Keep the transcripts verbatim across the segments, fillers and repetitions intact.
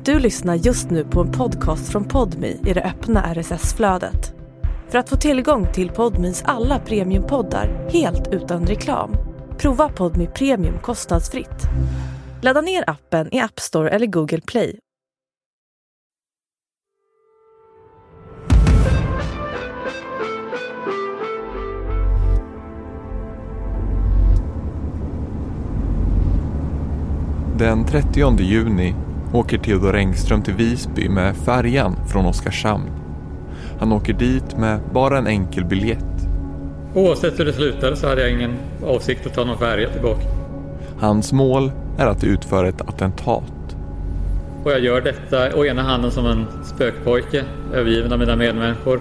Du lyssnar just nu på en podcast från Podmi i det öppna R S S-flödet. För att få tillgång till Podmis alla premiumpoddar helt utan reklam, prova Podmi Premium kostnadsfritt. Ladda ner appen i App Store eller Google Play. Den trettionde juni åker Theodor Engström till Visby med färjan från Oskarshamn. Han åker dit med bara en enkel biljett. Oavsett hur det slutade så hade jag ingen avsikt att ta någon färja tillbaka. Hans mål är att utföra ett attentat. Och jag gör detta å ena handen som en spökpojke, övergiven av mina medmänniskor.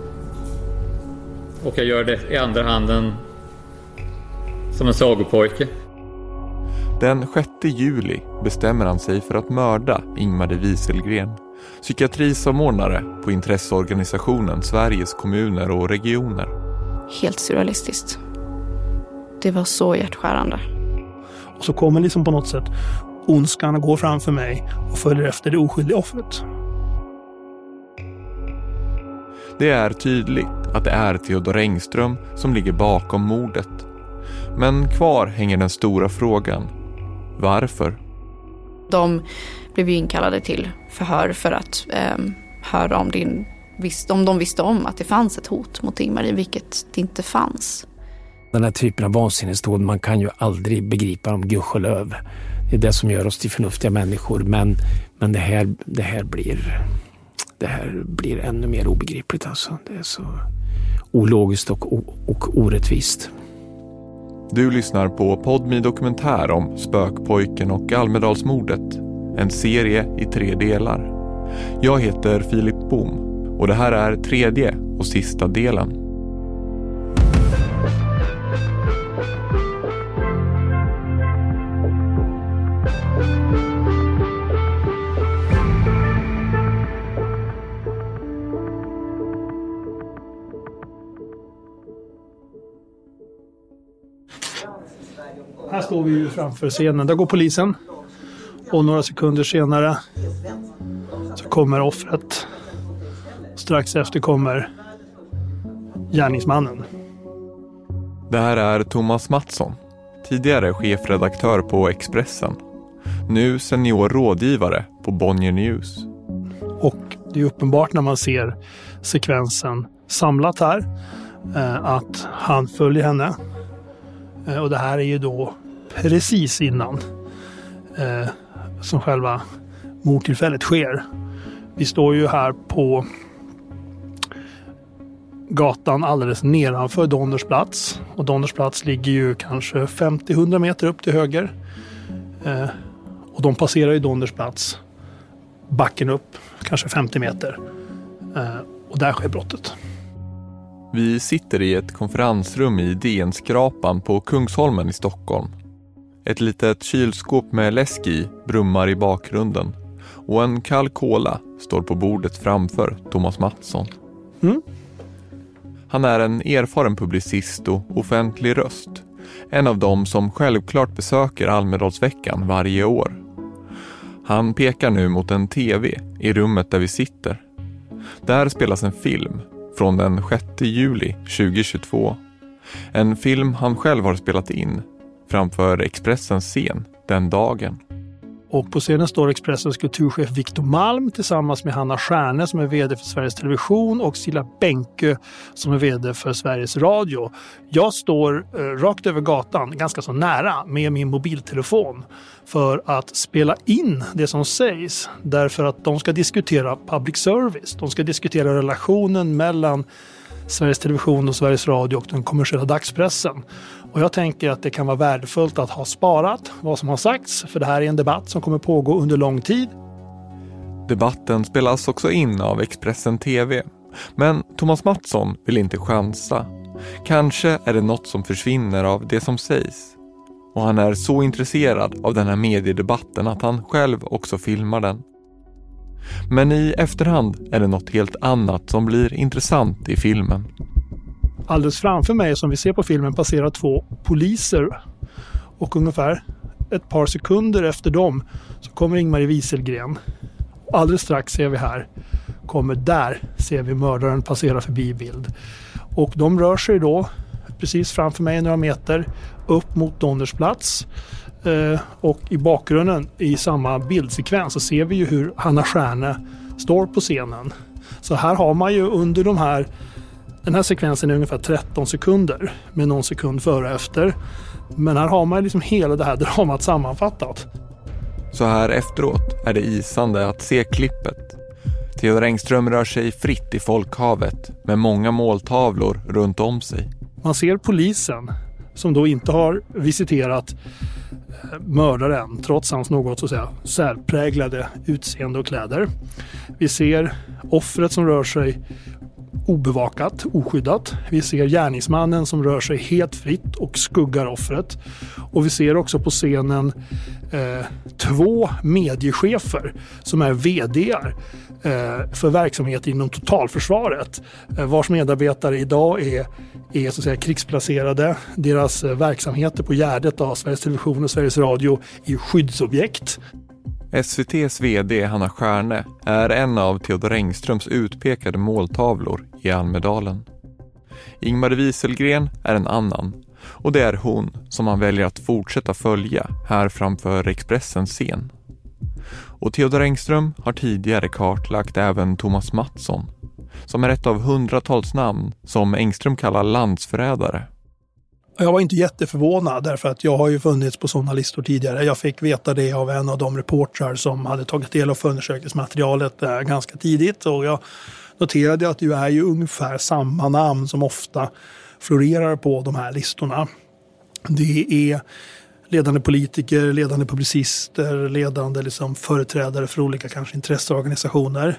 Och jag gör det i andra handen som en sagopojke. Den sjätte juli bestämmer han sig för att mörda Ingmarie Wieselgren, psykiatrisamordnare på intresseorganisationen Sveriges kommuner och regioner. Helt surrealistiskt. Det var så hjärtskärande. Och så kommer liksom på något sätt ondskan att gå framför mig och följer efter det oskyldiga offret. Det är tydligt att det är Theodor Engström som ligger bakom mordet. Men kvar hänger den stora frågan. Varför? De blev ju inkallade till förhör för att eh, höra om, din, om de visste om att det fanns ett hot mot Ingmarie, vilket det inte fanns. Den här typen av vansinnesdåd, man kan ju aldrig begripa dem, gudskelöv. Det är det som gör oss till förnuftiga människor, men, men det, här, det, här blir, det här blir ännu mer obegripligt. Alltså. Det är så ologiskt och, och orättvist. Du lyssnar på Podmi dokumentär om Spökpojken och Almedalsmordet. En serie i tre delar. Jag heter Filip Bom och det här är tredje och sista delen. Här står vi ju framför scenen. Där går polisen. Och några sekunder senare så kommer offret. Strax efter kommer gärningsmannen. Det här är Thomas Mattsson, tidigare chefredaktör på Expressen. Nu senior rådgivare på Bonnier News. Och det är uppenbart när man ser sekvensen samlat här att han följer henne. Och det här är ju då precis innan eh, som själva mordtillfället sker. Vi står ju här på gatan alldeles nedanför Donners plats. Och Donners plats ligger ju kanske femtio till hundra meter upp till höger. Eh, och de passerar ju Donners plats backen upp kanske femtio meter. Eh, och där sker brottet. Vi sitter i ett konferensrum i D N-skrapan på Kungsholmen i Stockholm. Ett litet kylskåp med läsk i brummar i bakgrunden. Och en kall cola står på bordet framför Thomas Mattsson. Mm. Han är en erfaren publicist och offentlig röst. En av dem som självklart besöker Almedalsveckan varje år. Han pekar nu mot en tv i rummet där vi sitter. Där spelas en film från den sjätte juli tjugohundratjugotvå. En film han själv har spelat in framför Expressens scen den dagen. Och på scenen står Expressens kulturchef Victor Malm tillsammans med Hanna Stjärne som är vd för Sveriges Television och Silla Bänke som är vd för Sveriges Radio. Jag står eh, rakt över gatan, ganska så nära, med min mobiltelefon för att spela in det som sägs. Därför att de ska diskutera public service. De ska diskutera relationen mellan Sveriges Television och Sveriges Radio och den kommersiella dagspressen. Och jag tänker att det kan vara värdefullt att ha sparat vad som har sagts, för det här är en debatt som kommer pågå under lång tid. Debatten spelas också in av Expressen T V. Men Thomas Mattsson vill inte chansa. Kanske är det något som försvinner av det som sägs. Och han är så intresserad av den här mediedebatten att han själv också filmar den. Men i efterhand är det något helt annat som blir intressant i filmen. Alldeles framför mig som vi ser på filmen passerar två poliser. Och ungefär ett par sekunder efter dem så kommer Ingmarie Wieselgren. Och alldeles strax ser vi här, kommer där, ser vi mördaren passera förbi bild. Och de rör sig då precis framför mig några meter upp mot Donners plats. Eh, och i bakgrunden i samma bildsekvens så ser vi ju hur Hanna Stjärne står på scenen. Så här har man ju under de här, den här sekvensen är ungefär tretton sekunder med någon sekund före och efter. Men här har man liksom hela det här dramat sammanfattat. Så här efteråt är det isande att se klippet. Theodor Engström rör sig fritt i folkhavet med många måltavlor runt om sig. Man ser polisen som då inte har visiterat mördaren trots hans något så att säga särpräglade utseende och kläder. Vi ser offret som rör sig obevakat, oskyddat. Vi ser gärningsmannen som rör sig helt fritt och skuggar offret. Och vi ser också på scenen eh, två mediechefer som är vd:ar eh, för verksamhet inom totalförsvaret. Eh, vars medarbetare idag är, är så att säga krigsplacerade. Deras eh, verksamheter på Gärdet av Sveriges Television och Sveriges Radio är skyddsobjekt. S V T:s vd Hanna Stjärne är en av Theodor Engströms utpekade måltavlor i Almedalen. Ingmarie Wieselgren är en annan, och det är hon som han väljer att fortsätta följa här framför Expressens scen. Och Theodor Engström har tidigare kartlagt även Thomas Mattsson, som är ett av hundratals namn som Engström kallar landsförrädare. Jag var inte jätteförvånad därför att jag har ju funnits på sådana listor tidigare. Jag fick veta det av en av de reportrar som hade tagit del av undersökningsmaterialet ganska tidigt. Och jag noterade att det är ju ungefär samma namn som ofta florerar på de här listorna. Det är ledande politiker, ledande publicister, ledande liksom företrädare för olika kanske intresseorganisationer.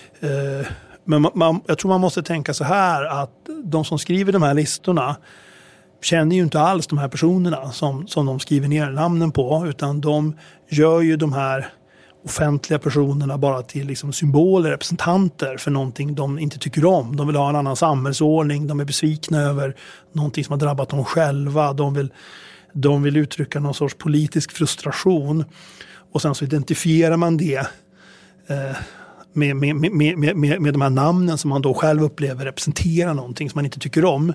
Men man, man, jag tror man måste tänka så här att de som skriver de här listorna känner ju inte alls de här personerna som, som de skriver ner namnen på, utan de gör ju de här offentliga personerna bara till liksom symboler, representanter för någonting de inte tycker om. De vill ha en annan samhällsordning, de är besvikna över någonting som har drabbat dem själva, de vill, de vill uttrycka någon sorts politisk frustration, och sen så identifierar man det eh, med, med, med, med, med, med de här namnen som man då själv upplever representerar någonting som man inte tycker om.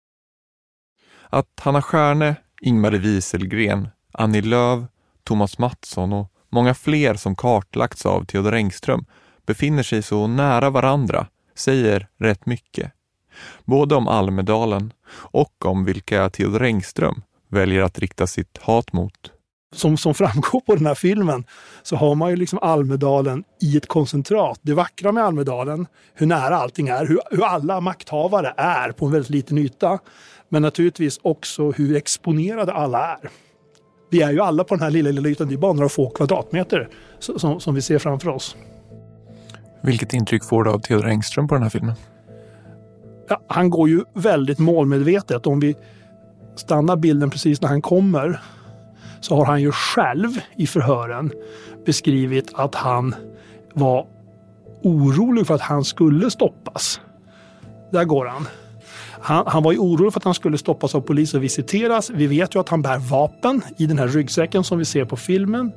Att Hanna Stjärne, Ingmarie Wieselgren, Annie Lööf, Thomas Mattsson och många fler som kartlagts av Theodor Engström befinner sig så nära varandra säger rätt mycket. Både om Almedalen och om vilka Theodor Engström väljer att rikta sitt hat mot. Som, som framgår på den här filmen så har man ju liksom Almedalen i ett koncentrat. Det vackra med Almedalen, hur nära allting är, hur, hur alla makthavare är på en väldigt liten yta. Men naturligtvis också hur exponerade alla är. Vi är ju alla på den här lilla, lilla ytan, det är bara några få kvadratmeter som, som vi ser framför oss. Vilket intryck får du av Theodor Engström på den här filmen? Ja, han går ju väldigt målmedvetet. Om vi stannar bilden precis när han kommer så har han ju själv i förhören beskrivit att han var orolig för att han skulle stoppas. Där går han. Han, han var ju orolig för att han skulle stoppas av polis och visiteras. Vi vet ju att han bär vapen i den här ryggsäcken som vi ser på filmen.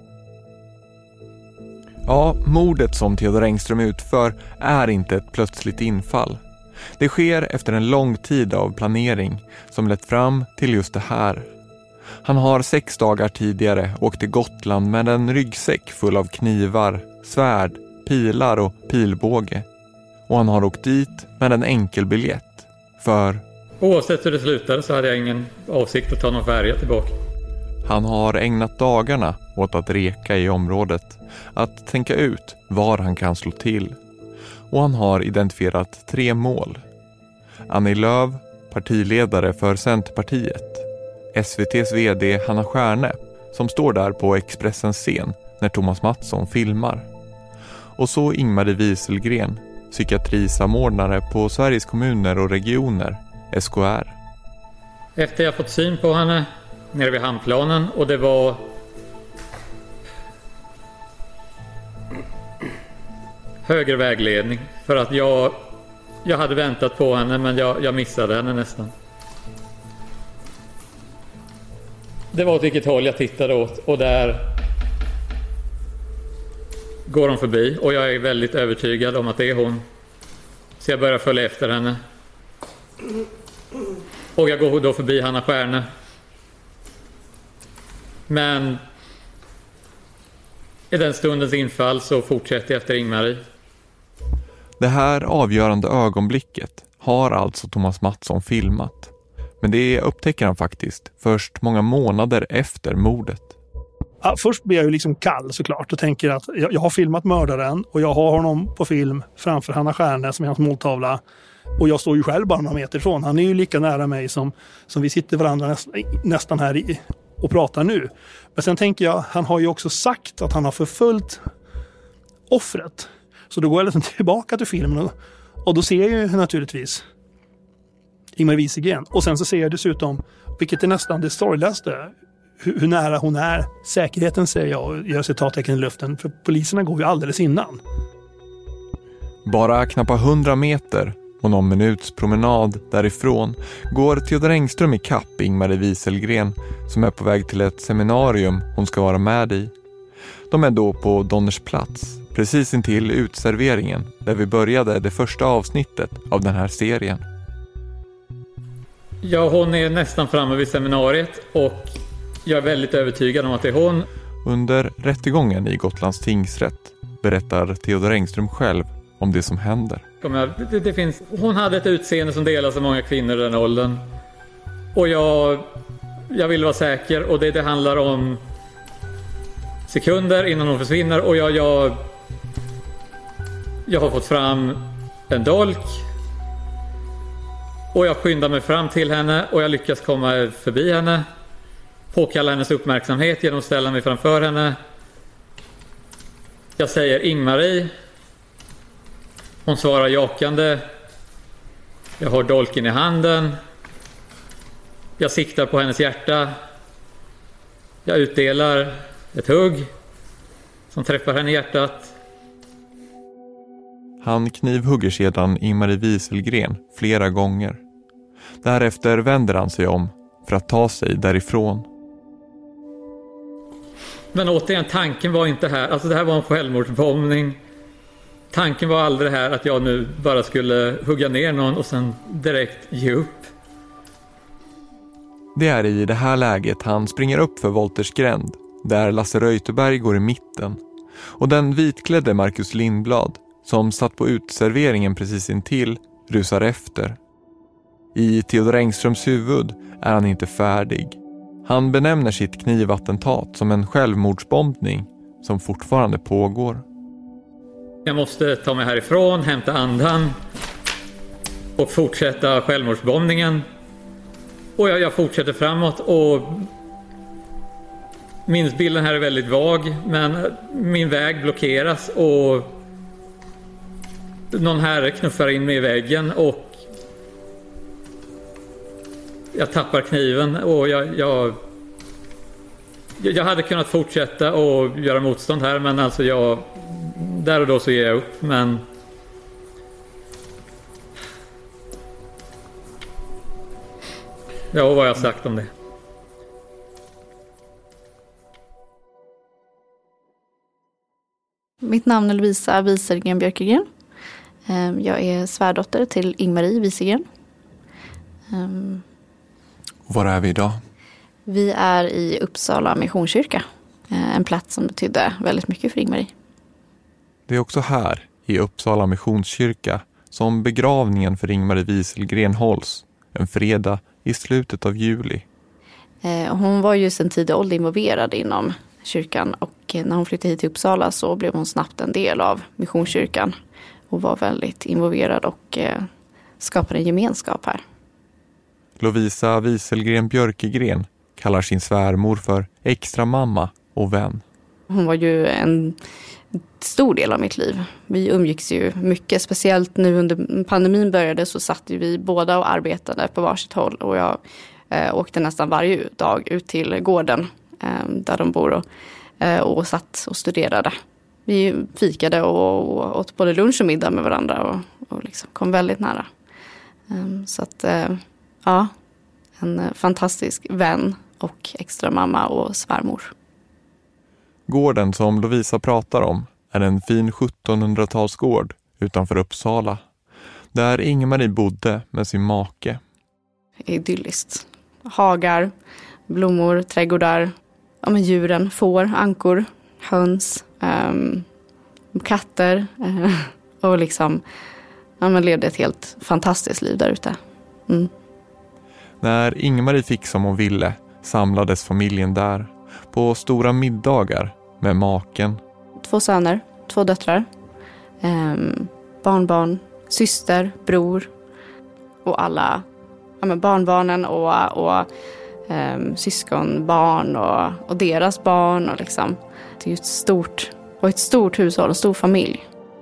Ja, mordet som Theodor Engström utför är inte ett plötsligt infall. Det sker efter en lång tid av planering som lett fram till just det här. Han har sex dagar tidigare åkt till Gotland med en ryggsäck full av knivar, svärd, pilar och pilbåge. Och han har åkt dit med en enkel biljett. För oavsett hur det slutade så hade jag ingen avsikt att ta någon färja tillbaka. Han har ägnat dagarna åt att reka i området, att tänka ut var han kan slå till. Och han har identifierat tre mål. Annie Lööf, partiledare för Centerpartiet. S V T:s vd Hanna Stjärne, som står där på Expressens scen när Thomas Mattsson filmar. Och så Ingmarie Wieselgren, psykiatrisamordnare på Sveriges kommuner och regioner, S K R. Efter jag fått syn på henne nere vid hamnplanen, och det var högre vägledning, för att jag, jag hade väntat på henne men jag, jag missade henne nästan. Det var åt vilket håll jag tittade åt, och där går hon förbi och jag är väldigt övertygad om att det är hon. Så jag börjar följa efter henne. Och jag går då förbi Hanna Stjärne. Men i den stundens infall så fortsätter jag efter Ingmarie. Det här avgörande ögonblicket har alltså Thomas Mattsson filmat. Men det upptäcker han faktiskt först många månader efter mordet. Ja, först blir jag ju liksom kall såklart och tänker att jag, jag har filmat mördaren och jag har honom på film framför Hanna Stjärne som är hans måltavla. Och jag står ju själv bara några meter ifrån. Han är ju lika nära mig som, som vi sitter varandra näst, nästan här i, och pratar nu. Men sen tänker jag, han har ju också sagt att han har förföljt offret. Så då går jag liksom tillbaka till filmen och, och då ser jag ju naturligtvis Ingmarie Wieselgren. Och sen så ser jag dessutom, vilket är nästan det sorgligaste, hur, hur nära hon är. Säkerheten säger jag och gör citattecken i luften. För poliserna går ju alldeles innan. Bara knappt hundra meter och någon minuts promenad därifrån går Theodor Engström i kapp Ingmarie Wieselgren som är på väg till ett seminarium hon ska vara med i. De är då på Donners plats, precis intill utserveringen där vi började det första avsnittet av den här serien. Ja, hon är nästan framme vid seminariet och jag är väldigt övertygad om att det är hon. Under rättegången i Gotlands tingsrätt berättar Theodor Engström själv om det som händer. Det, det finns, hon hade ett utseende som delas av många kvinnor i den åldern. Och jag, jag vill vara säker och det, det handlar om sekunder innan hon försvinner och jag, jag, jag har fått fram en dolk och jag skyndar mig fram till henne och jag lyckas komma förbi henne, påkalla hennes uppmärksamhet genom att ställa mig framför henne. Jag säger Ingmarie. Hon svarar jakande. Jag har dolken i handen. Jag siktar på hennes hjärta. Jag utdelar ett hugg som träffar henne i hjärtat. Han knivhugger sedan Ingmarie Wieselgren flera gånger. Därefter vänder han sig om för att ta sig därifrån. Men återigen, tanken var inte här. Alltså det här var en självmordsbombning. Tanken var aldrig här att jag nu bara skulle hugga ner någon och sen direkt ge upp. Det är i det här läget han springer upp för Wolters gränd, där Lasse Reuterberg går i mitten. Och den vitklädde Marcus Lindblad, som satt på utserveringen precis intill, rusar efter. I Theodor Engströms huvud är han inte färdig. Han benämner sitt knivattentat som en självmordsbombning som fortfarande pågår. Jag måste ta mig härifrån, hämta andan och fortsätta självmordsbombningen. Och jag, jag fortsätter framåt och minnesbilden här är väldigt vag, men min väg blockeras och någon herre knuffar in mig i väggen och jag tappar kniven och jag, jag, jag hade kunnat fortsätta och göra motstånd här, men alltså jag, där och då så ger jag upp, men ja, vad har jag sagt om det? Mitt namn är Lovisa Wieselgren Björkegren. Jag är svärdotter till Ingmarie Wieselgren. Var är vi idag? Vi är i Uppsala Missionskyrka. En plats som betydde väldigt mycket för Ingmarie. Det är också här, i Uppsala Missionskyrka, som begravningen för Ingmarie Wieselgren hålls en fredag i slutet av juli. Hon var ju sedan tidig ålder involverad inom kyrkan och när hon flyttade hit till Uppsala så blev hon snabbt en del av Missionskyrkan och var väldigt involverad och skapade en gemenskap här. Lovisa Wieselgren Björkegren kallar sin svärmor för extra mamma och vän. Hon var ju en stor del av mitt liv. Vi umgicks ju mycket, speciellt nu under pandemin började så satt vi båda och arbetade på varsitt håll och jag eh, åkte nästan varje dag ut till gården eh, där de bor och, eh, och satt och studerade. Vi fikade och, och åt både lunch och middag med varandra och, och liksom kom väldigt nära. Eh, så att eh, ja, en fantastisk vän och extra mamma och svärmor. Gården som Lovisa pratar om är en fin sjuttonhundratalsgård utanför Uppsala, där Ingmarie bodde med sin make. Idylliskt. Hagar, blommor, trädgårdar, ja, men djuren, får, ankor, höns, um, katter uh, och liksom ja, man levde ett helt fantastiskt liv där ute. Mm. När Ingmarie fick som hon ville samlades familjen där på stora middagar med maken. Två söner, två döttrar, um, barnbarn, syster, bror och alla ja, men barnbarnen och, och um, syskonbarn och, och deras barn. Och liksom. Det är ju ett stort, och ett stort hushåll, en stor familj.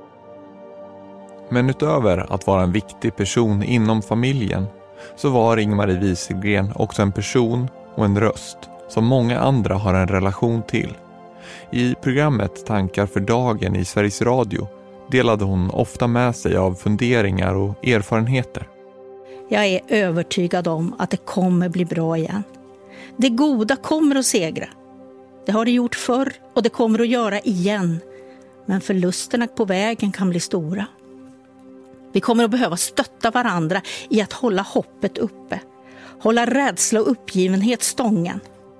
Men utöver att vara en viktig person inom familjen så var Ingmarie Wieselgren också en person och en röst som många andra har en relation till. I programmet Tankar för dagen i Sveriges Radio delade hon ofta med sig av funderingar och erfarenheter. Jag är övertygad om att det kommer bli bra igen. Det goda kommer att segra. Det har det gjort förr och det kommer att göra igen. Men förlusterna på vägen kan bli stora. Vi kommer att behöva stötta varandra i att hålla hoppet uppe. Hålla rädsla och uppgivenhet stången.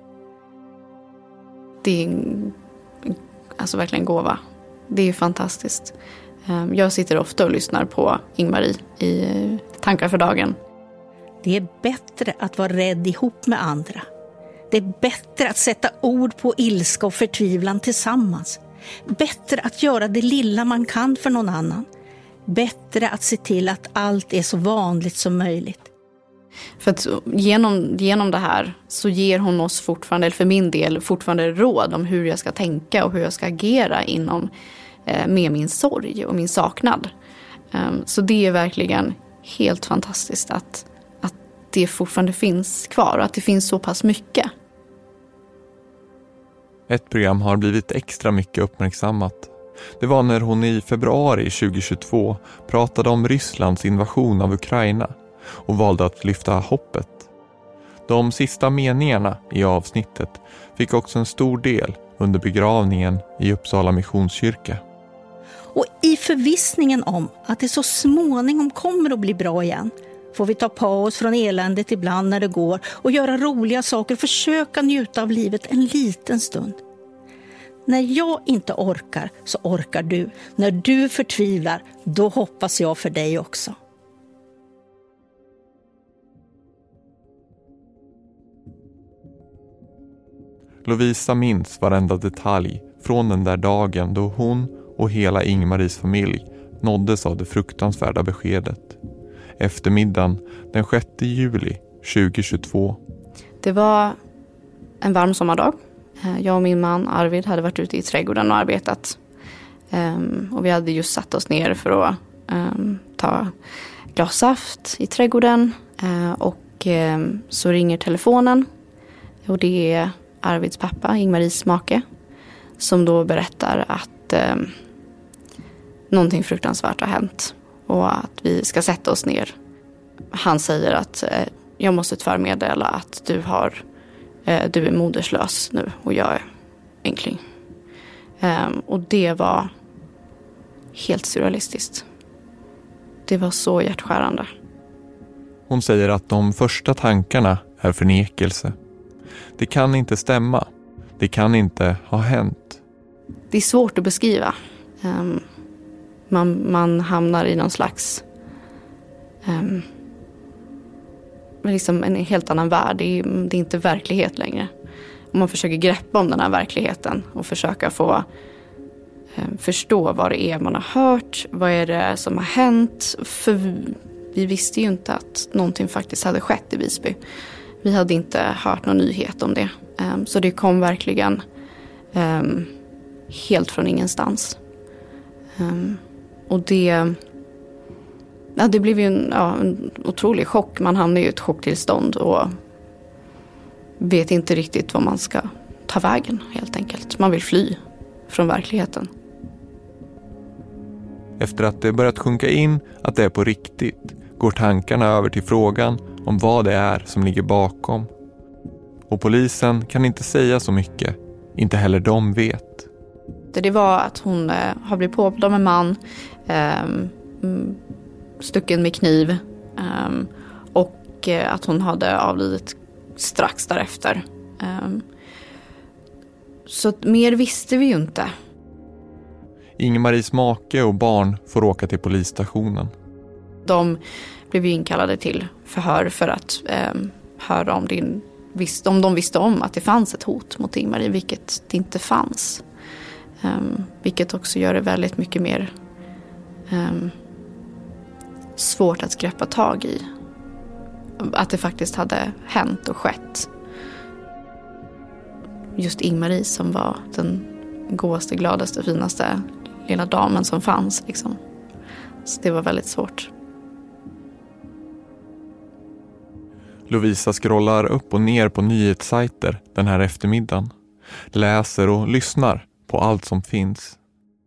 Det är alltså verkligen gåva. Det är fantastiskt. Jag sitter ofta och lyssnar på Ingmarie i Tankar för dagen. Det är bättre att vara rädd ihop med andra. Det är bättre att sätta ord på ilska och förtvivlan tillsammans. Bättre att göra det lilla man kan för någon annan. Bättre att se till att allt är så vanligt som möjligt. För att genom, genom det här så ger hon oss fortfarande, eller för min del, fortfarande råd om hur jag ska tänka och hur jag ska agera inom, eh, med min sorg och min saknad. Um, så det är verkligen helt fantastiskt att, att det fortfarande finns kvar och att det finns så pass mycket. Ett program har blivit extra mycket uppmärksammat. Det var när hon i februari tjugohundratjugotvå pratade om Rysslands invasion av Ukraina och valde att lyfta hoppet. De sista meningarna i avsnittet fick också en stor del under begravningen i Uppsala Missionskyrka. Och i förvissningen om att det så småningom kommer att bli bra igen får vi ta paus från eländet ibland när det går och göra roliga saker, försöka njuta av livet en liten stund. När jag inte orkar så orkar du. När du förtvivlar, då hoppas jag för dig också. Lovisa minns varenda detalj från den där dagen då hon och hela Ingmaries familj nåddes av det fruktansvärda beskedet. Eftermiddagen den sjätte juli tjugohundratjugotvå. Det var en varm sommardag. Jag och min man Arvid hade varit ute i trädgården och arbetat. Um, och vi hade just satt oss ner för att um, ta glas saft i trädgården. Uh, och um, så ringer telefonen. Och det är Arvids pappa, Ingmaries make. Som då berättar att um, någonting fruktansvärt har hänt. Och att vi ska sätta oss ner. Han säger att uh, jag måste tyvärr meddela att du har... Du är moderslös nu och jag är enkling. Um, och det var helt surrealistiskt. Det var så hjärtskärande. Hon säger att de första tankarna är förnekelse. Det kan inte stämma. Det kan inte ha hänt. Det är svårt att beskriva. Um, man, man hamnar i någon slags... Um, liksom en helt annan värld. Det är, det är inte verklighet längre. Och man försöker greppa om den här verkligheten och försöka få eh, förstå vad det är man har hört. Vad är det som har hänt? För vi, vi visste ju inte att någonting faktiskt hade skett i Visby. Vi hade inte hört någon nyhet om det. Eh, så det kom verkligen eh, helt från ingenstans. Eh, och det... Ja, det blev ju en, ja, en otrolig chock. Man hamnar ju i ett chocktillstånd och vet inte riktigt vad man ska ta vägen helt enkelt. Man vill fly från verkligheten. Efter att det börjat sjunka in att det är på riktigt går tankarna över till frågan om vad det är som ligger bakom. Och polisen kan inte säga så mycket, inte heller de vet. hände, det var att hon eh, har blivit påhoppad av en man, eh, stucken med kniv eh, och eh, att hon hade avlidit strax därefter. Eh, så mer visste vi ju inte. Ingmaries make och barn får åka till polisstationen. De blev ju inkallade till förhör för att eh, höra om, din, visst, om de visste om att det fanns ett hot mot Ingmarie, vilket det inte fanns. Um, vilket också gör det väldigt mycket mer um, svårt att greppa tag i. Att det faktiskt hade hänt och skett. Just Ingmarie som var den godaste, gladaste, finaste lilla damen som fanns. Liksom. Så det var väldigt svårt. Lovisa scrollar upp och ner på nyhetssajter den här eftermiddagen. Läser och lyssnar på allt som finns.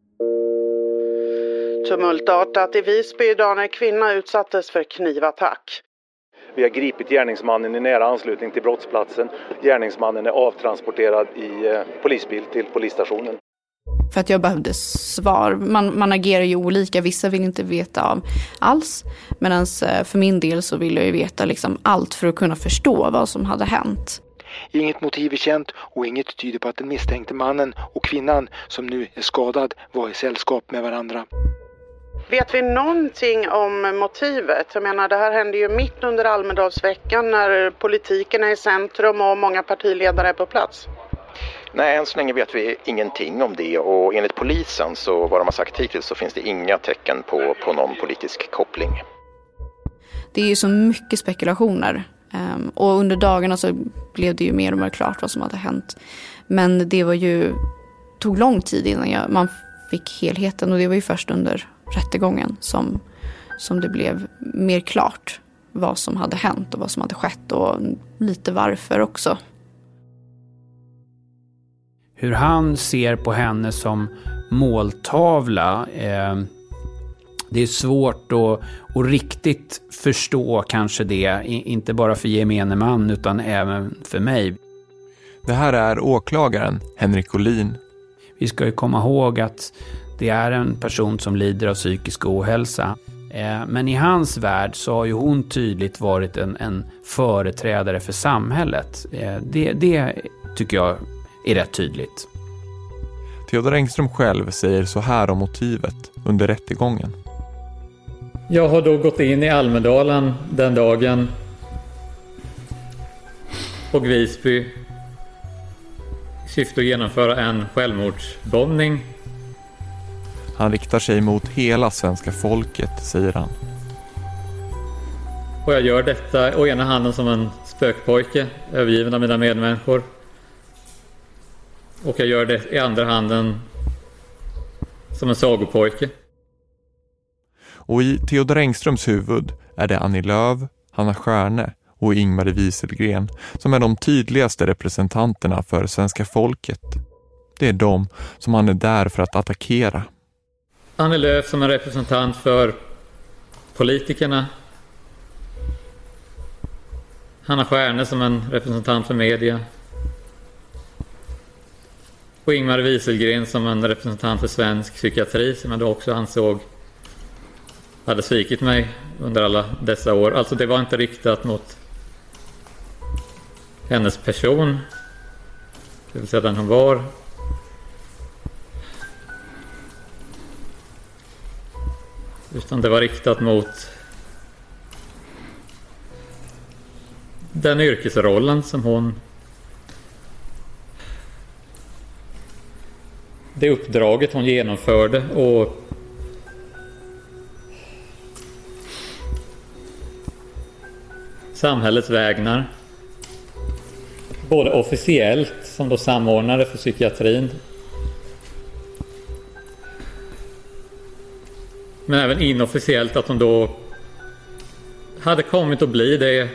Tumultartat i Visby idag när kvinna utsattes för knivattack. Vi har gripit gärningsmannen i nära anslutning till brottsplatsen. Gärningsmannen är avtransporterad i eh, polisbil till polisstationen. För att jag behövde svar. Man, man agerar ju olika. Vissa vill inte veta av alls. Medan för min del så vill jag ju veta liksom allt för att kunna förstå vad som hade hänt. Inget motiv är känt och inget tyder på att den misstänkte mannen och kvinnan som nu är skadad var i sällskap med varandra. Vet vi någonting om motivet? Jag menar, det här hände ju mitt under Almedalsveckan när politiken är i centrum och många partiledare är på plats. Nej, än så länge vet vi ingenting om det och enligt polisen så vad de har sagt hittills så finns det inga tecken på, på någon politisk koppling. Det är ju så mycket spekulationer um, och under dagarna så blev det ju mer och mer klart vad som hade hänt. Men det var ju, tog lång tid innan jag, man fick helheten och det var ju först under rättegången som, som det blev mer klart vad som hade hänt och vad som hade skett och lite varför också. Hur han ser på henne som måltavla, eh, det är svårt att, att riktigt förstå kanske det, inte bara för gemene man utan även för mig. Det här är åklagaren Henrik Olin. Vi ska ju komma ihåg att det är en person som lider av psykisk ohälsa. Eh, men i hans värld så har ju hon tydligt varit en, en företrädare för samhället. Eh, det, det tycker jag är rätt tydligt. Theodor Engström själv säger så här om motivet under rättegången. Jag har då gått in i Almedalen den dagen och Visby i syfte att genomföra en självmordsbombning. Han riktar sig mot hela svenska folket, säger han. Och jag gör detta å ena handen som en spökpojke, övergiven av mina medmänniskor. Och jag gör det i andra handen som en sagopojke. Och i Theodor Engströms huvud är det Annie Lööf, Hanna Stjärne och Ingmarie Wieselgren som är de tydligaste representanterna för svenska folket. Det är de som han är där för att attackera. Annie Lööf som en representant för politikerna. Hanna Stjärne som en representant för media. Och Ingmarie Wieselgren som en representant för svensk psykiatri som jag då också ansåg hade svikit mig under alla dessa år. Alltså det var inte riktat mot hennes person, det vill säga den hon var. Utan det var riktat mot den yrkesrollen som hon, det uppdraget hon genomförde och samhällets vägnar. Både officiellt som då samordnare för psykiatrin. Men även inofficiellt att hon då hade kommit att bli det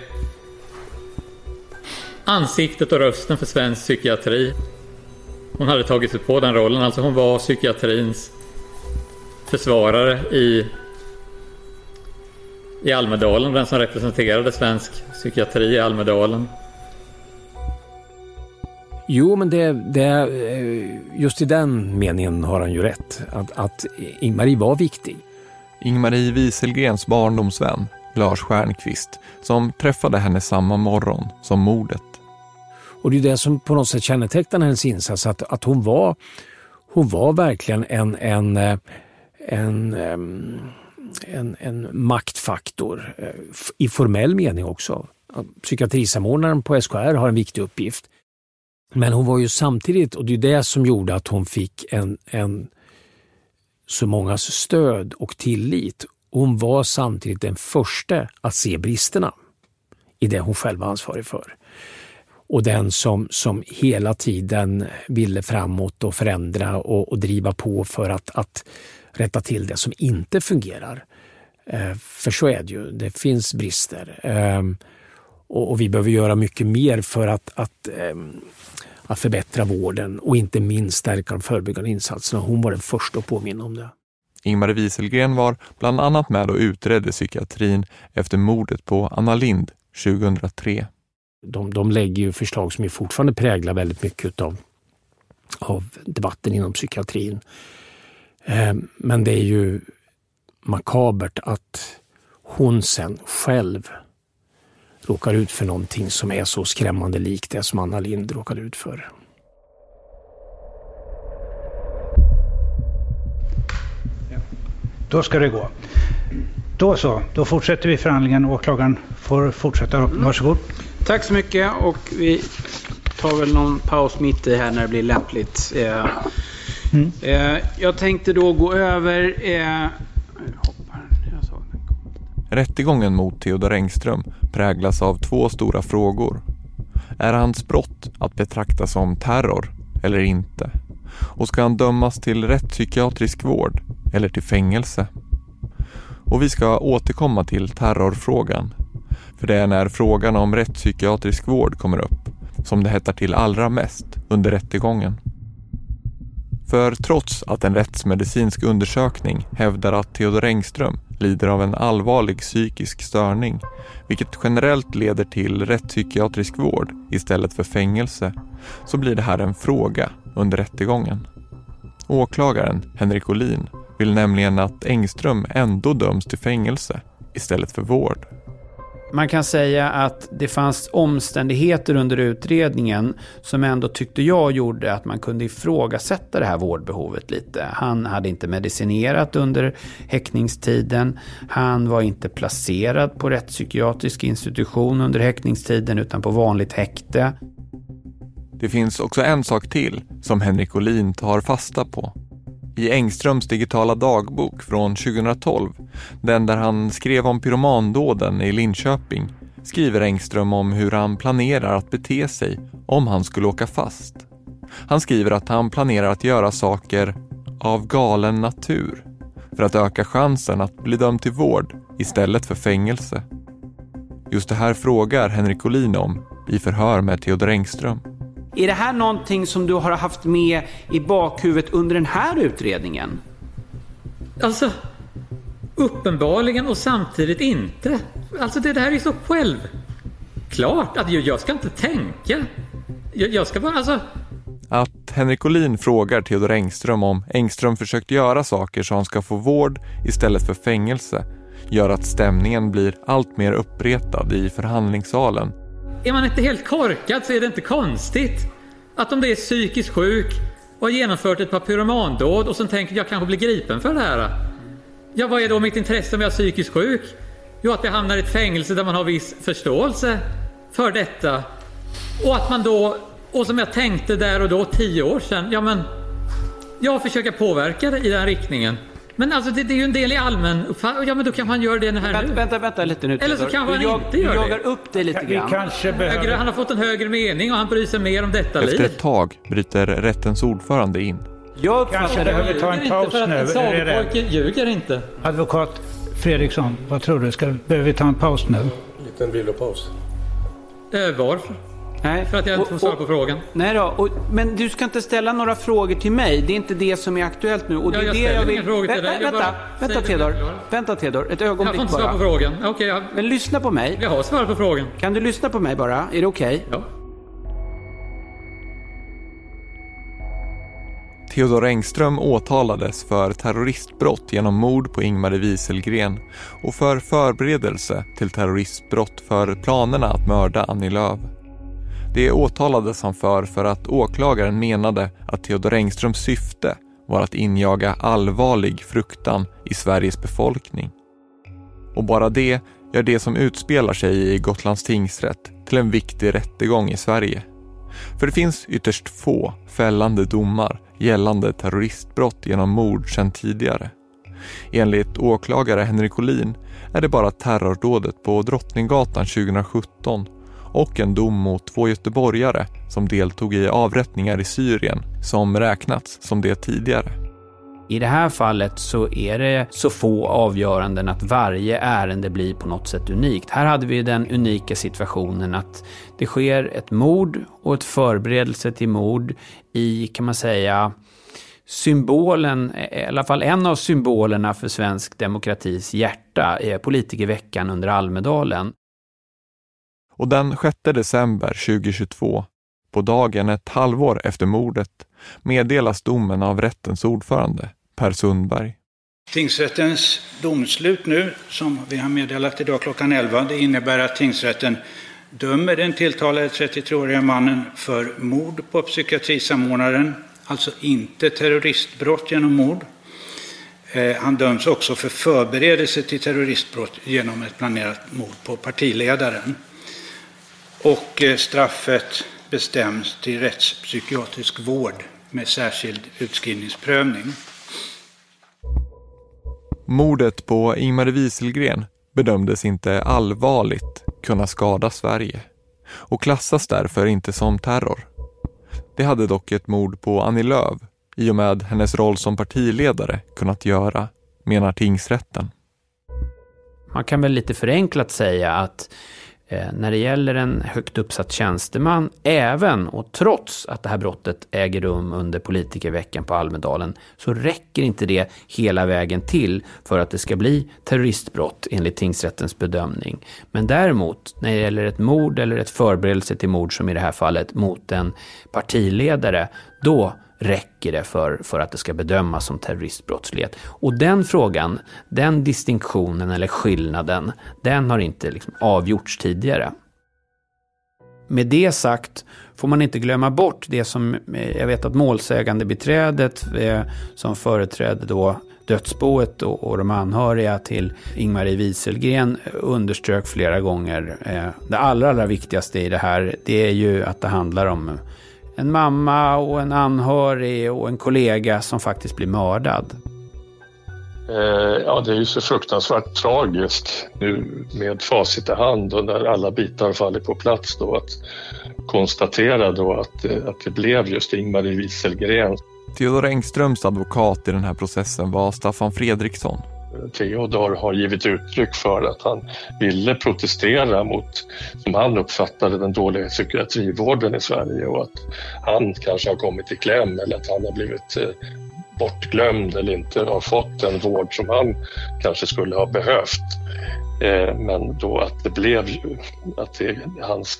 ansiktet och rösten för svensk psykiatri. Hon hade tagit sig på den rollen, alltså hon var psykiatrins försvarare i, i Almedalen, den som representerade svensk psykiatri i Almedalen. Jo, men det, det, just i den meningen har han ju rätt. Att, att Ingmarie var viktig. Ingmarie Wieselgrens barndomsvän, Lars Stjernqvist, som träffade henne samma morgon som mordet. Och det är det som på något sätt kännetecknar hennes insats. Att, att hon, var, hon var verkligen en, en, en, en, en maktfaktor. I formell mening också. Psykiatrisamordnaren på S K R har en viktig uppgift. Men hon var ju samtidigt, och det är det som gjorde att hon fick en, en så mångas stöd och tillit. Hon var samtidigt den första att se bristerna i det hon själv var ansvarig för. Och den som, som hela tiden ville framåt och förändra och, och driva på för att, att rätta till det som inte fungerar. Eh, för så är det ju, det finns brister. Eh, och, och vi behöver göra mycket mer för att, att eh, att förbättra vården och inte minst stärka de förebyggande insatserna. Hon var den första att påminna om det. Ingmarie Wieselgren var bland annat med och utredde psykiatrin efter mordet på Anna Lind tjugohundratre. De, de lägger ju förslag som ju fortfarande präglar väldigt mycket av, av debatten inom psykiatrin. Eh, men det är ju makabert att hon sen själv råkar ut för någonting som är så skrämmande likt det som Anna Lind råkade ut för. Då ska det gå. Då så, då fortsätter vi förhandlingen. Åklagaren får fortsätta. Varsågod. Tack så mycket, och vi tar väl någon paus mitt i här när det blir lämpligt. Eh, mm. eh, jag tänkte då gå över... Eh, Rättegången mot Theodor Engström präglas av två stora frågor. Är hans brott att betrakta som terror eller inte? Och ska han dömas till rättspsykiatrisk vård eller till fängelse? Och vi ska återkomma till terrorfrågan. För det är när frågan om rättspsykiatrisk vård kommer upp som det hettar till allra mest under rättegången. För trots att en rättsmedicinsk undersökning hävdar att Theodor Engström lider av en allvarlig psykisk störning, vilket generellt leder till rättspsykiatrisk vård istället för fängelse, så blir det här en fråga under rättegången. Åklagaren, Henrik Olin, vill nämligen att Engström ändå döms till fängelse istället för vård. Man kan säga att det fanns omständigheter under utredningen som ändå tyckte jag gjorde att man kunde ifrågasätta det här vårdbehovet lite. Han hade inte medicinerat under häktningstiden. Han var inte placerad på rättspsykiatrisk institution under häktningstiden utan på vanligt häkte. Det finns också en sak till som Henrik Olin tar fasta på. I Engströms digitala dagbok från tjugohundratolv, den där han skrev om pyromandåden i Linköping, skriver Engström om hur han planerar att bete sig om han skulle åka fast. Han skriver att han planerar att göra saker av galen natur för att öka chansen att bli dömd till vård istället för fängelse. Just det här frågar Henrik Olin om i förhör med Theodor Engström. Är det här någonting som du har haft med i bakhuvudet under den här utredningen? Alltså, uppenbarligen och samtidigt inte. Alltså det här är så självklart att jag ska inte tänka. Jag, jag ska bara, alltså... Att Henrik Olin frågar Theodor Engström om Engström försökt göra saker så han ska få vård istället för fängelse gör att stämningen blir allt mer uppretad i förhandlingssalen. Är man inte helt korkad så är det inte konstigt att om det är psykiskt sjuk och har genomfört ett par pyromandåd och sen tänker jag kanske bli gripen för det här. Ja, vad är då mitt intresse om jag är psykiskt sjuk? Jo, att jag hamnar i ett fängelse där man har viss förståelse för detta. Och att man då, och som jag tänkte där och då tio år sedan, ja men jag försöker påverka det i den riktningen. Men alltså det, det är ju en del i allmän uppfattning. Ja, men då kan man göra det här vänta, nu. Vänta, vänta lite nu. Eller så kan man jag, inte göra det. Du jagar upp det lite grann. Vi kanske behöver... högre, han har fått en högre mening och han bryr sig mer om detta Efter liv. ett tag bryter rättens ordförande in. Jag kanske behöver ta en paus inte nu. En sagopojke ljuger inte. Advokat Fredriksson, vad tror du? Ska, behöver vi ta en paus nu? En liten vilopaus. Äh, varför? Nej. För att jag inte får svara på frågan. Nej då, och, men du ska inte ställa några frågor till mig. Det är inte det som är aktuellt nu. Och ja, det är jag det ställer jag vill... inga frågor till Vä dig. vänta, vänta Theodor. Vänta Theodor, ett ögonblick bara. Jag får inte svara på frågan. Okay, jag... Men lyssna på mig. Jag har svarat på frågan. Kan du lyssna på mig bara? Är det okej? Okay? Ja. Theodor Engström åtalades för terroristbrott genom mord på Ing-Marie Wieselgren och för förberedelse till terroristbrott för planerna att mörda Annie Lööf. Det åtalades han för för att åklagaren menade att Theodor Engströms syfte var att injaga allvarlig fruktan i Sveriges befolkning. Och bara det gör det som utspelar sig i Gotlands tingsrätt till en viktig rättegång i Sverige. För det finns ytterst få fällande domar gällande terroristbrott genom mord sedan tidigare. Enligt åklagare Henrik Olin är det bara terrordådet på Drottninggatan tjugohundrasjutton och en dom mot två göteborgare som deltog i avrättningar i Syrien som räknats som det tidigare. I det här fallet så är det så få avgöranden att varje ärende blir på något sätt unikt. Här hade vi den unika situationen att det sker ett mord och ett förberedelse till mord i, kan man säga, symbolen, i alla fall en av symbolerna för svensk demokratis hjärta, är politikerveckan under Almedalen. Och den sjätte december tjugohundratjugotvå, på dagen ett halvår efter mordet, meddelas domen av rättens ordförande, Per Sundberg. Tingsrättens domslut nu, som vi har meddelat idag klockan elva, det innebär att tingsrätten dömer den tilltalade trettiotre-åriga mannen för mord på psykiatrisamordnaren, alltså inte terroristbrott genom mord. Eh, han döms också för förberedelse till terroristbrott genom ett planerat mord på partiledaren. Och eh, straffet bestäms till rättspsykiatrisk vård med särskild utskrivningsprövning. Mordet på Ing-Marie Wieselgren bedömdes inte allvarligt kunna skada Sverige och klassas därför inte som terror. Det hade dock ett mord på Annie Lööf i och med hennes roll som partiledare kunnat göra, menar tingsrätten. Man kan väl lite förenklat säga att när det gäller en högt uppsatt tjänsteman, även och trots att det här brottet äger rum under politikerveckan på Almedalen, så räcker inte det hela vägen till för att det ska bli terroristbrott enligt tingsrättens bedömning. Men däremot, när det gäller ett mord eller ett förberedelse till mord, som i det här fallet mot en partiledare, då räcker det för, för att det ska bedömas som terroristbrottslighet. Och den frågan, den distinktionen eller skillnaden, den har inte liksom avgjorts tidigare. Med det sagt får man inte glömma bort det som jag vet att målsägande beträdet eh, som företrädde då dödsboet och, och de anhöriga till Ing-Marie Wieselgren underströk flera gånger. Eh, det allra, allra viktigaste i det här, det är ju att det handlar om en mamma och en anhörig och en kollega som faktiskt blir mördad. Eh, ja, det är ju så fruktansvärt tragiskt nu med facit i hand och när alla bitar faller på plats då, att konstatera då att, att det blev just Ing-Marie Wieselgren. Theodor Engströms advokat i den här processen var Staffan Fredriksson. Theodor har givit uttryck för att han ville protestera mot, som han uppfattade, den dåliga psykiatrivården i Sverige och att han kanske har kommit i kläm eller att han har blivit bortglömd eller inte har fått den vård som han kanske skulle ha behövt. Men då att det blev ju att det, hans,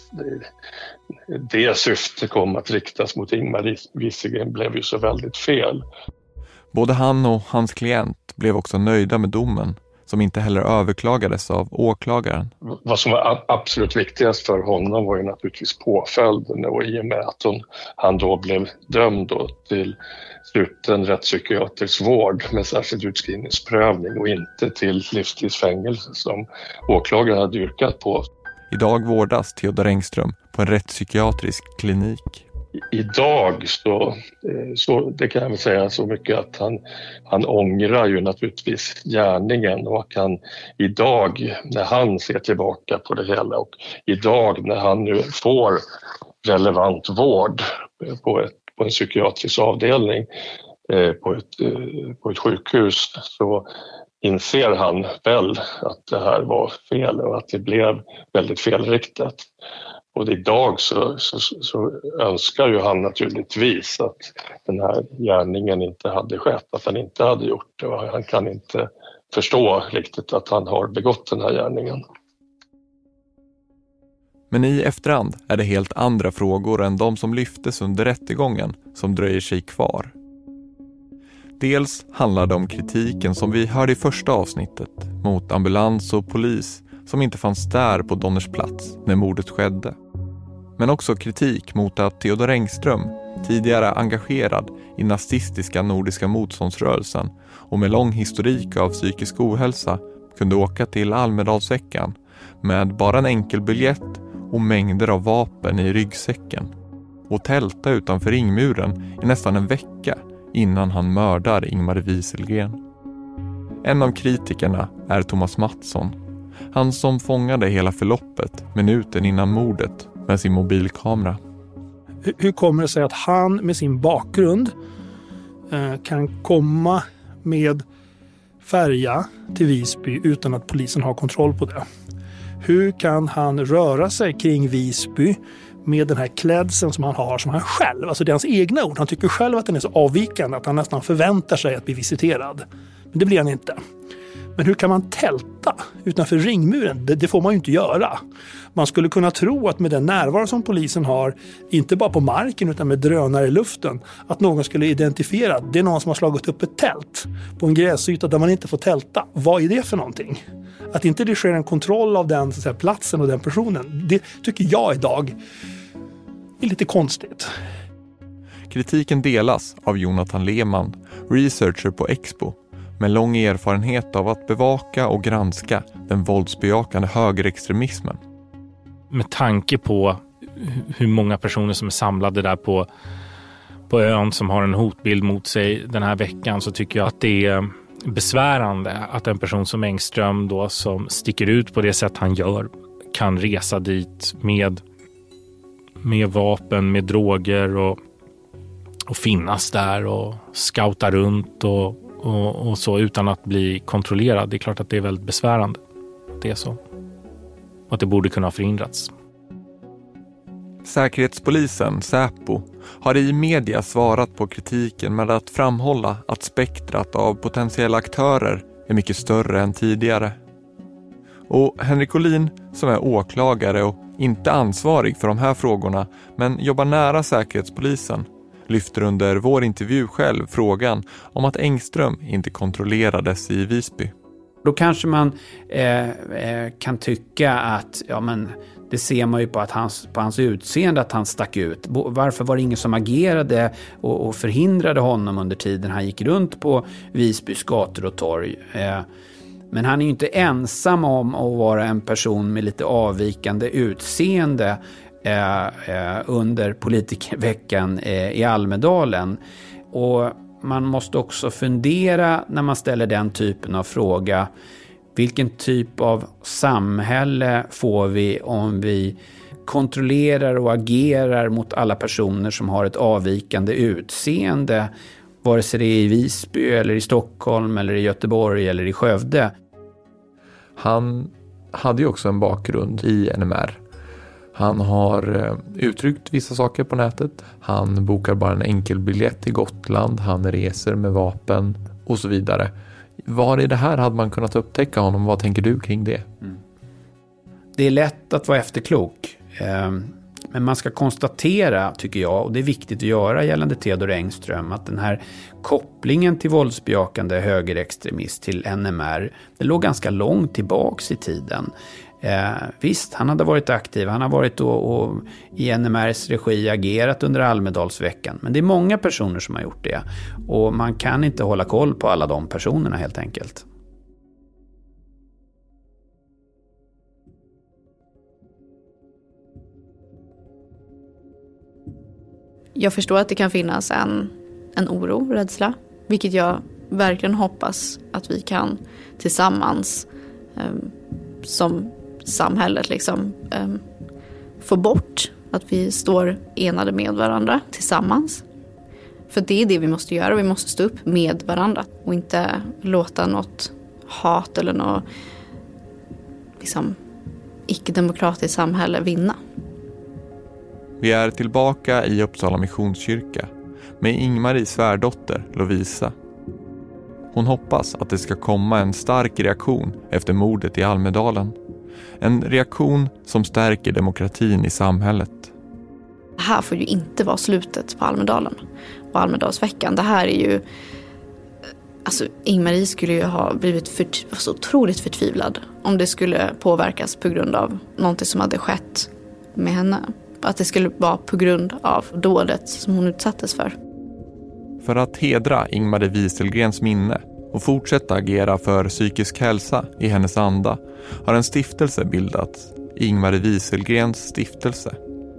det syfte kom att riktas mot Ing-Marie Wieselgren blev ju så väldigt fel. Både han och hans klient blev också nöjda med domen, som inte heller överklagades av åklagaren. Vad som var absolut viktigast för honom var ju naturligtvis påföljden, och i och med att hon, han då blev dömd då till sluten rättspsykiatrisk vård med särskild utskrivningsprövning och inte till livstidsfängelse som åklagaren hade yrkat på. Idag vårdas Theodor Engström på en rättspsykiatrisk klinik. Idag så, så det kan jag väl säga så mycket att han, han ångrar ju naturligtvis gärningen, och han idag när han ser tillbaka på det hela och idag när han nu får relevant vård på, ett, på en psykiatrisk avdelning eh, på, ett, eh, på ett sjukhus, så inser han väl att det här var fel och att det blev väldigt felriktat. Och idag så, så, så önskar ju han naturligtvis att den här gärningen inte hade skett, att han inte hade gjort det. Och han kan inte förstå riktigt att han har begått den här gärningen. Men i efterhand är det helt andra frågor än de som lyftes under rättegången som dröjer sig kvar. Dels handlar det om kritiken som vi hörde i första avsnittet mot ambulans och polis som inte fanns där på Donners plats när mordet skedde. Men också kritik mot att Theodor Engström, tidigare engagerad i nazistiska nordiska motståndsrörelsen och med lång historik av psykisk ohälsa, kunde åka till Almedalsveckan med bara en enkel biljett och mängder av vapen i ryggsäcken och tälta utanför ringmuren i nästan en vecka innan han mördar Ingmar Wieselgren. En av kritikerna är Thomas Mattsson, han som fångade hela förloppet minuten innan mordet med sin mobilkamera. Hur kommer det sig att han med sin bakgrund eh, kan komma med färja till Visby utan att polisen har kontroll på det? Hur kan han röra sig kring Visby med den här klädseln som han har som han själv, alltså det är hans egna ord. Han tycker själv att den är så avvikande att han nästan förväntar sig att bli visiterad. Men det blir han inte. Men hur kan man tälta utanför ringmuren? Det, det får man ju inte göra. Man skulle kunna tro att med den närvaro som polisen har, inte bara på marken utan med drönare i luften, att någon skulle identifiera att det är någon som har slagit upp ett tält på en gräsyta där man inte får tälta. Vad är det för någonting? Att inte det sker en kontroll av den så att säga, platsen och den personen, det tycker jag idag är lite konstigt. Kritiken delas av Jonathan Lehmann, researcher på Expo, med lång erfarenhet av att bevaka och granska den våldsbejakande högerextremismen. Med tanke på hur många personer som är samlade där på, på ön som har en hotbild mot sig den här veckan, så tycker jag att det är besvärande att en person som Engström då, som sticker ut på det sätt han gör, kan resa dit med, med vapen, med droger och, och finnas där och scouta runt och Och, och så utan att bli kontrollerad. Det är klart att det är väldigt besvärande. Det är så. Och att det borde kunna ha förhindrats. Säkerhetspolisen, Säpo, har i media svarat på kritiken med att framhålla att spektrat av potentiella aktörer är mycket större än tidigare. Och Henrik Olin, som är åklagare och inte ansvarig för de här frågorna men jobbar nära Säkerhetspolisen, lyfter under vår intervju själv frågan om att Engström inte kontrollerades i Visby. Då kanske man eh, eh, kan tycka att ja, men det ser man ju på, att hans, på hans utseende att han stack ut. Varför var det ingen som agerade och, och förhindrade honom under tiden han gick runt på Visbys gator och torg? Eh, men han är ju inte ensam om att vara en person med lite avvikande utseende Eh, eh, under politikerveckan eh, i Almedalen. Och man måste också fundera när man ställer den typen av fråga, vilken typ av samhälle får vi om vi kontrollerar och agerar mot alla personer som har ett avvikande utseende, vare sig det är i Visby eller i Stockholm eller i Göteborg eller i Skövde. Han hade ju också en bakgrund i N M R. Han har uttryckt vissa saker på nätet. Han bokar bara en enkel biljett till Gotland. Han reser med vapen och så vidare. Var i det här hade man kunnat upptäcka honom? Vad tänker du kring det? Mm. Det är lätt att vara efterklok. Men man ska konstatera, tycker jag, och det är viktigt att göra gällande Theodor Engström, att den här kopplingen till våldsbejakande högerextremist till N M R, det låg ganska långt tillbaks i tiden. Eh, visst, han hade varit aktiv. Han har varit och, och i N M R:s regi agerat under Almedalsveckan. Men det är många personer som har gjort det. Och man kan inte hålla koll på alla de personerna helt enkelt. Jag förstår att det kan finnas en, en oro, rädsla. Vilket jag verkligen hoppas att vi kan tillsammans eh, som samhället liksom um, få bort, att vi står enade med varandra tillsammans. För det är det vi måste göra. Vi måste stå upp med varandra och inte låta något hat eller något liksom icke-demokratiskt samhälle vinna. Vi är tillbaka i Uppsala Missionskyrka med Ingmarie svärdotter Lovisa. Hon hoppas att det ska komma en stark reaktion efter mordet i Almedalen. En reaktion som stärker demokratin i samhället. Det här får ju inte vara slutet på Almedalen, på Almedalsveckan. Det här är ju Alltså Ingmarie skulle ju ha blivit för, så otroligt förtvivlad om det skulle påverkas på grund av någonting som hade skett med henne. Att det skulle vara på grund av dådet som hon utsattes för. För att hedra Ingmarie Wieselgrens minne och fortsätta agera för psykisk hälsa i hennes anda har en stiftelse bildats, Ingmarie Wieselgrens stiftelse.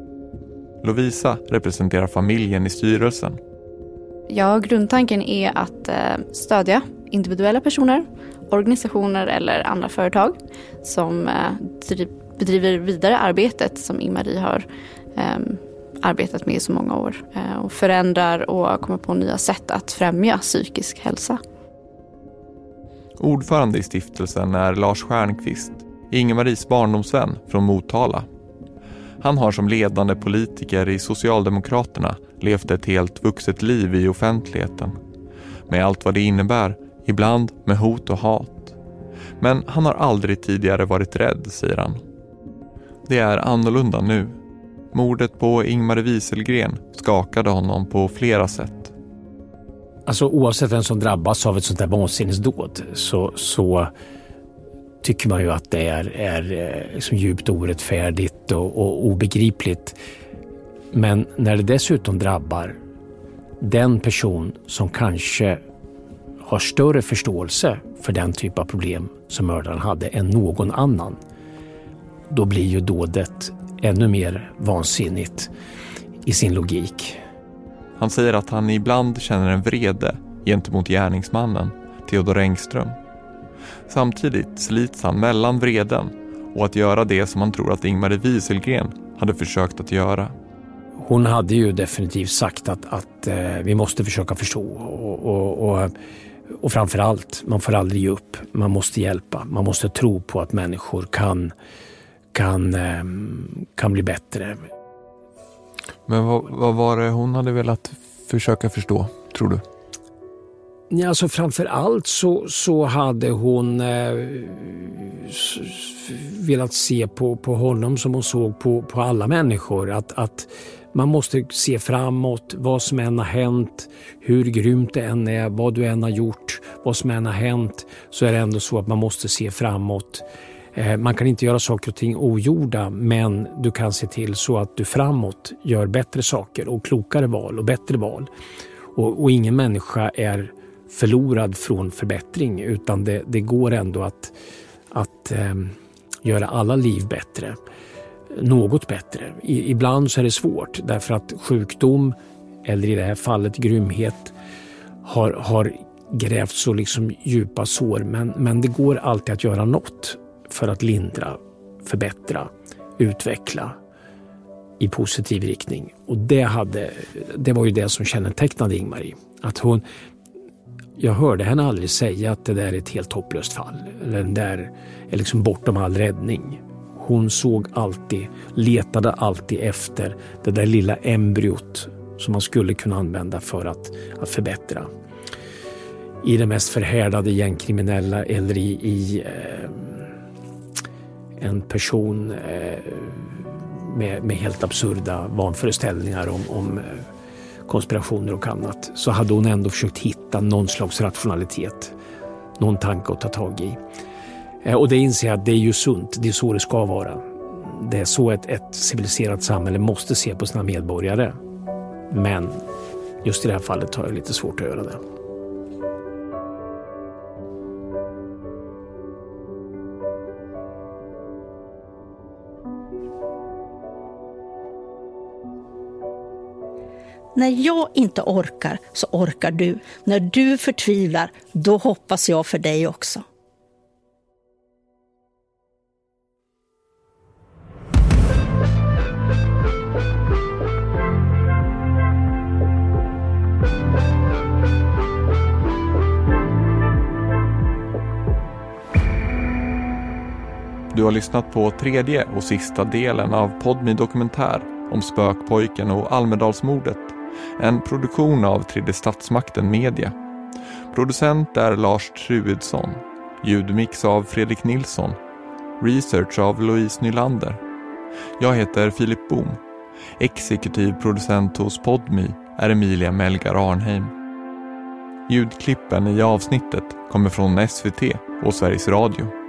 Lovisa representerar familjen i styrelsen. Ja, grundtanken är att eh, stödja individuella personer, organisationer eller andra företag som eh, bedriver vidare arbetet som Ingmarie har eh, arbetat med i så många år eh, och förändrar och kommer på nya sätt att främja psykisk hälsa. Ordförande i stiftelsen är Lars Stjernqvist, Ingmaries barndomsvän från Motala. Han har som ledande politiker i Socialdemokraterna levt ett helt vuxet liv i offentligheten. Med allt vad det innebär, ibland med hot och hat. Men han har aldrig tidigare varit rädd, säger han. Det är annorlunda nu. Mordet på Ingmarie Wieselgren skakade honom på flera sätt. Alltså oavsett vem som drabbas av ett sånt där vansinnesdåd så, så tycker man ju att det är, är liksom djupt orättfärdigt och, och obegripligt. Men när det dessutom drabbar den person som kanske har större förståelse för den typ av problem som mördaren hade än någon annan, då blir ju dådet ännu mer vansinnigt i sin logik. Han säger att han ibland känner en vrede gentemot gärningsmannen, Theodor Engström. Samtidigt slits han mellan vreden och att göra det som han tror att Ingmarie Wieselgren hade försökt att göra. Hon hade ju definitivt sagt att, att eh, vi måste försöka förstå och, och, och, och framförallt, man får aldrig ge upp. Man måste hjälpa. Man måste tro på att människor kan, kan, eh, kan bli bättre. Men vad, vad var det hon hade velat försöka förstå, tror du? Ja, alltså framför allt så, så hade hon eh, s, velat se på, på honom som hon såg på, på alla människor. Att, att man måste se framåt, vad som än har hänt, hur grymt det än är, vad du än har gjort, vad som än har hänt, så är det ändå så att man måste se framåt. Eh, man kan inte göra saker och ting ogjorda, men du kan se till så att du framåt gör bättre saker och klokare val och bättre val. Och, och ingen människa är förlorad från förbättring, utan det, det går ändå att, att eh, göra alla liv bättre, något bättre. I, ibland så är det svårt därför att sjukdom, eller i det här fallet grymhet, har, har grävt så liksom djupa sår, men, men det går alltid att göra något för att lindra, förbättra, utveckla i positiv riktning. Och det, hade, det var ju det som kännetecknade Ingmarie. Att hon, jag hörde henne aldrig säga att det där är ett helt hopplöst fall. Eller den där är liksom bortom all räddning. Hon såg alltid, letade alltid efter det där lilla embryot som man skulle kunna använda för att, att förbättra. I det mest förhärdade gängkriminella eller i, i eh, en person eh, med, med helt absurda vanföreställningar om, om eh, konspirationer och annat, så hade hon ändå försökt hitta någon slags rationalitet, någon tanke att ta tag i. Eh, och det inser jag att det är ju sunt, det är så det ska vara. Det är så ett, ett civiliserat samhälle måste se på sina medborgare. Men just i det här fallet har jag lite svårt att göra det. När jag inte orkar så orkar du. När du förtvivlar, då hoppas jag för dig också. Du har lyssnat på tredje och sista delen av Podmi dokumentär om Spökpojken och Almedalsmordet. En produktion av Tredje Statsmakten Media. Producent är Lars Truedsson. Ljudmix av Fredrik Nilsson. Research av Louise Nylander. Jag heter Filip Boom. Exekutiv producent hos Podmi är Emilia Melgar Arnheim. Ljudklippen i avsnittet kommer från S V T och Sveriges Radio.